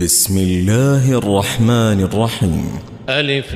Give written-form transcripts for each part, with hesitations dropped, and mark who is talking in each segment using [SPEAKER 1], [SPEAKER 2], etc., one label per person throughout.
[SPEAKER 1] بسم الله الرحمن الرحيم.
[SPEAKER 2] ألف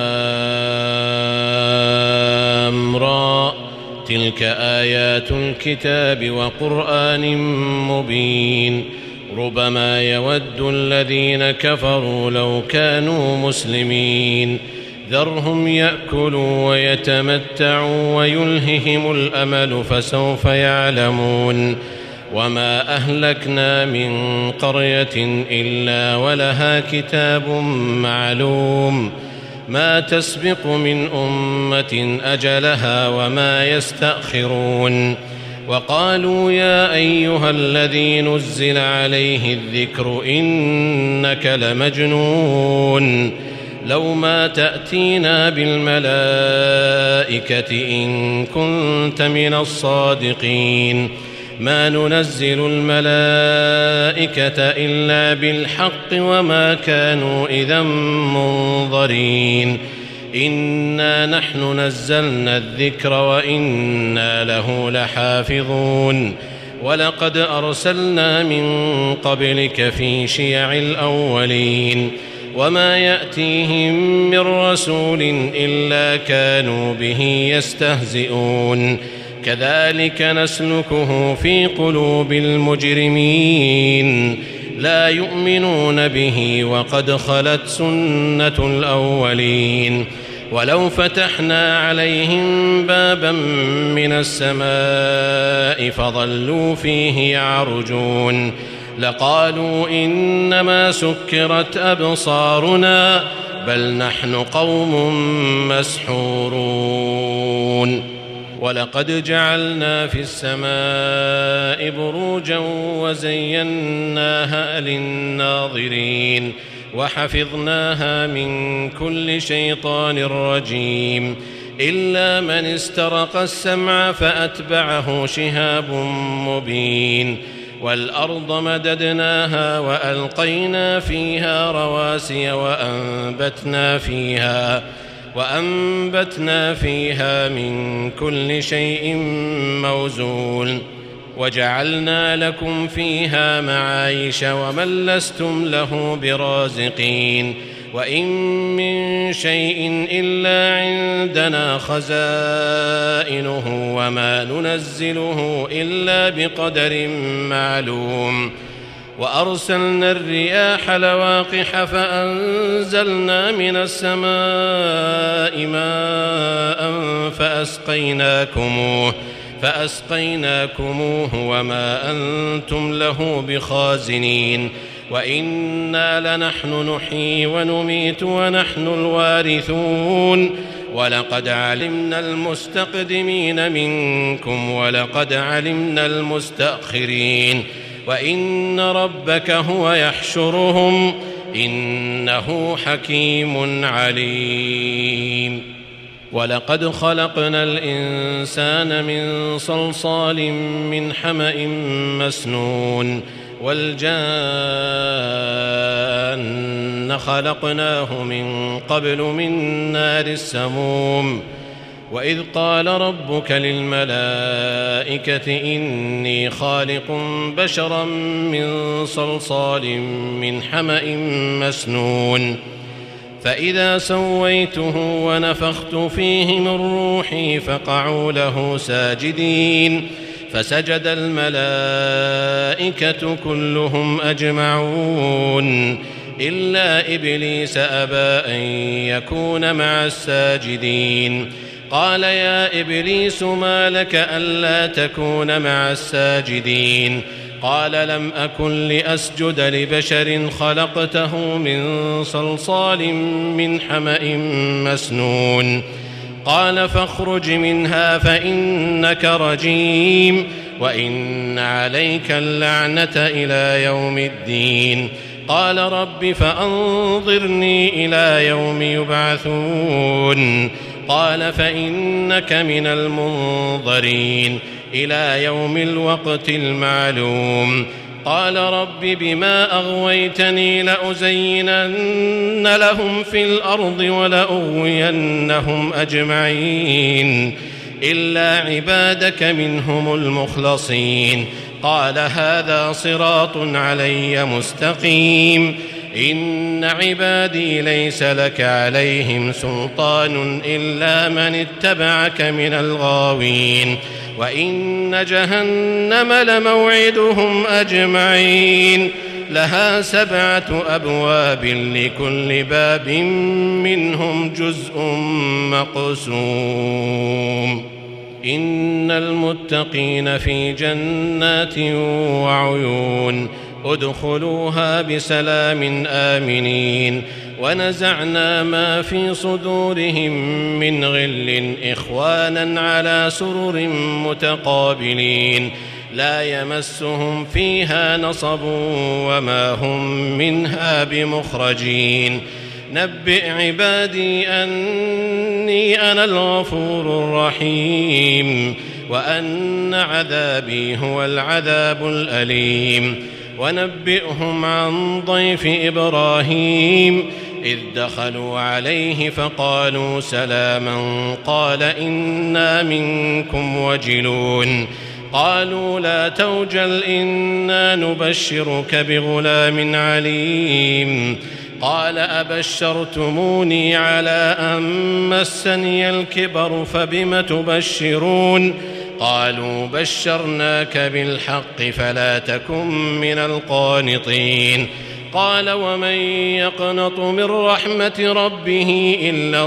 [SPEAKER 2] لام را، تلك آيات الكتاب وقرآن مبين. ربما يود الذين كفروا لو كانوا مسلمين، ذرهم يأكلوا ويتمتعوا ويلههم الأمل فسوف يعلمون. وما أهلكنا من قرية إلا ولها كتاب معلوم، ما تسبق من أمة أجلها وما يستأخرون. وقالوا يا أيها الذي نزل عليه الذكر إنك لمجنون، لو ما تأتينا بالملائكة إن كنت من الصادقين. ما ننزل الملائكة إلا بالحق وما كانوا إذا منظرين. إنا نحن نزلنا الذكر وإنا له لحافظون. ولقد أرسلنا من قبلك في شيع الأولين، وما يأتيهم من رسول إلا كانوا به يستهزئون. كذلك نسلكه في قلوب المجرمين، لا يؤمنون به وقد خلت سنة الأولين. ولو فتحنا عليهم بابا من السماء فظلوا فيه يعرجون لقالوا إنما سكرت أبصارنا بل نحن قوم مسحورون. ولقد جعلنا في السماء بروجا وزيناها للناظرين وحفظناها من كل شيطان رجيم إلا من استرق السمع فأتبعه شهاب مبين. والأرض مددناها وألقينا فيها رواسي وأنبتنا فيها من كل شيء موزون. وجعلنا لكم فيها معايش ومن لستم له برازقين. وإن من شيء إلا عندنا خزائنه وما ننزله إلا بقدر معلوم. وأرسلنا الرياح لواقح فأنزلنا من السماء ماء فأسقيناكموه وما أنتم له بخازنين. وإنا لنحن نحيي ونميت ونحن الوارثون. ولقد علمنا المستقدمين منكم ولقد علمنا المستأخرين. وإن ربك هو يحشرهم إنه حكيم عليم. ولقد خلقنا الإنسان من صلصال من حمأ مسنون. والجان خلقناه من قبل من نار السموم. وإذ قال ربك للملائكة إني خالق بشرا من صلصال من حمأ مسنون. فإذا سويته ونفخت فيه من روحي فقعوا له ساجدين. فسجد الملائكة كلهم أجمعون إلا إبليس أبى أن يكون مع الساجدين. قال يا إبليس ما لك ألا تكون مع الساجدين؟ قال لم أكن لأسجد لبشر خلقته من صلصال من حمأ مسنون. قال فاخرج منها فإنك رجيم وإن عليك اللعنة إلى يوم الدين. قال رب فأنظرني إلى يوم يبعثون. قال فإنك من المنظرين إلى يوم الوقت المعلوم. قال رب بما أغويتني لأزينن لهم في الأرض ولأغوينهم أجمعين إلا عبادك منهم المخلصين. قال هذا صراط علي مستقيم. إن عبادي ليس لك عليهم سلطان إلا من اتبعك من الغاوين وإن جهنم لموعدهم أجمعين لها 7 أبواب لكل باب منهم جزء مقسوم إن المتقين في جنات وعيون ادخلوها بسلام آمنين ونزعنا ما في صدورهم من غل إخوانا على سرر متقابلين لا يمسهم فيها نصب وما هم منها بمخرجين نبئ عبادي أني أنا الغفور الرحيم وأن عذابي هو العذاب الأليم ونبئهم عن ضيف إبراهيم إذ دخلوا عليه فقالوا سلاما قال إنا منكم وجلون قالوا لا توجل إنا نبشرك بغلام عليم قال أبشرتموني على أن مسني الكبر فبم تبشرون قالوا بشرناك بالحق فلا تكن من القانطين قال ومن يقنط من رحمة ربه إلا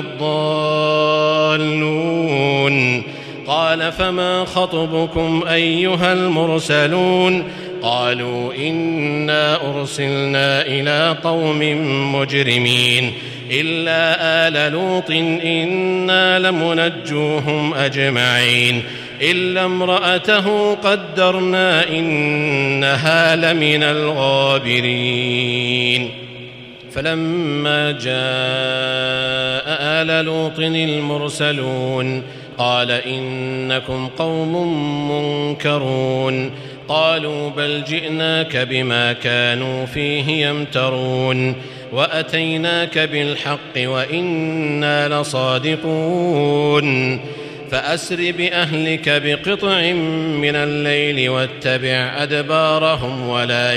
[SPEAKER 2] الضالون قال فما خطبكم أيها المرسلون قالوا إنا أرسلنا إلى قوم مجرمين إلا آل لوط إنا لمنجوهم أجمعين إلا امرأته قدرنا إنها لمن الغابرين فلما جاء آل لوط المرسلون قال إنكم قوم منكرون قالوا بل جئناك بما كانوا فيه يمترون وأتيناك بالحق وإنا لصادقون فأسر بأهلك بقطع من الليل واتبع أدبارهم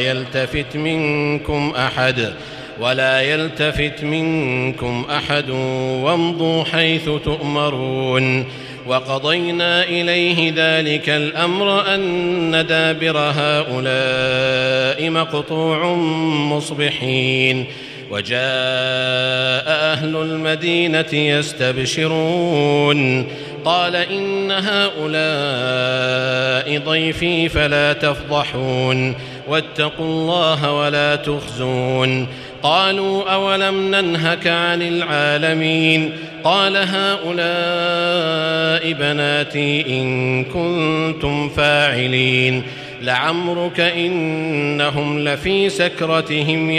[SPEAKER 2] ولا يلتفت منكم أحد وامضوا حيث تؤمرون وقضينا إليه ذلك الأمر أن دابر هؤلاء مقطوع مصبحين وجاء أهل المدينة يستبشرون قال إن هؤلاء ضيفي فلا تفضحون واتقوا الله ولا تخزون قالوا أولم ننهك عن العالمين قال هؤلاء بناتي إن كنتم فاعلين لعمرك إنهم لفي سكرتهم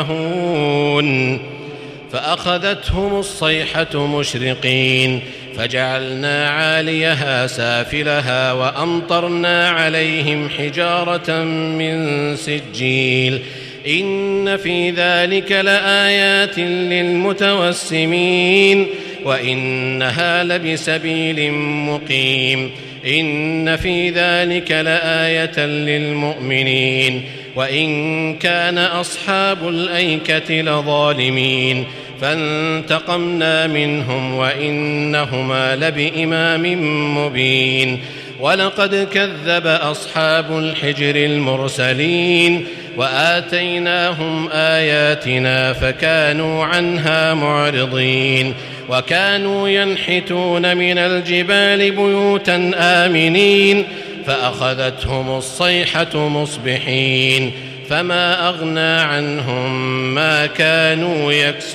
[SPEAKER 2] يعمهون فأخذتهم الصيحة مشرقين فجعلنا عاليها سافلها وأمطرنا عليهم حجارة من سجيل إن في ذلك لآيات للمتوسمين وإنها لبسبيل مقيم إن في ذلك لآية للمؤمنين وإن كان أصحاب الأيكة لظالمين فانتقمنا منهم وإنهما لبإمام مبين ولقد كذب أصحاب الحجر المرسلين وآتيناهم آياتنا فكانوا عنها معرضين وكانوا ينحتون من الجبال بيوتا آمنين فأخذتهم الصيحة مصبحين فما أغنى عنهم ما كانوا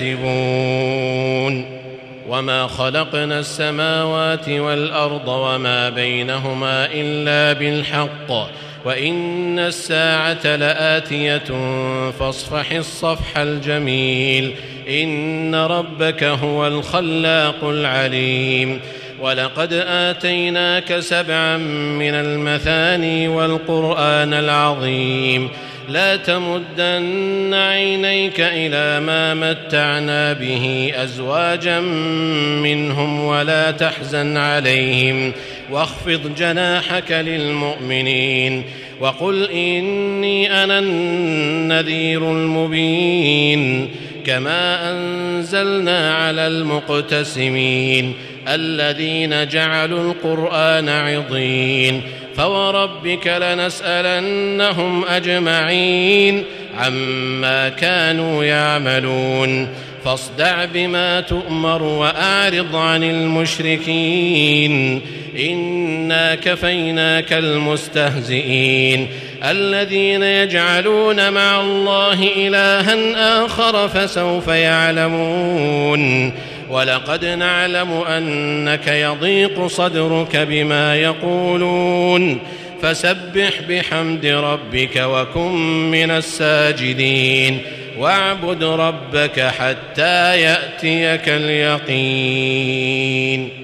[SPEAKER 2] يكسبون وما خلقنا السماوات والأرض وما بينهما إلا بالحق وإن الساعة لآتية فاصفح الصفح الجميل إن ربك هو الخلاق العليم ولقد آتيناك 7 من المثاني والقرآن العظيم لا تمدن عينيك إلى ما متعنا به أزواجا منهم ولا تحزن عليهم واخفض جناحك للمؤمنين وقل إني أنا النذير المبين كما أنزلنا على المقتسمين الذين جعلوا القرآن عضين فوربك لنسألنهم أجمعين عما كانوا يعملون فاصدع بما تؤمر وأعرض عن المشركين إنا كفيناك المستهزئين الذين يجعلون مع الله إلها آخر فسوف يعلمون ولقد نعلم أنك يضيق صدرك بما يقولون فسبح بحمد ربك وكن من الساجدين واعبد ربك حتى يأتيك اليقين.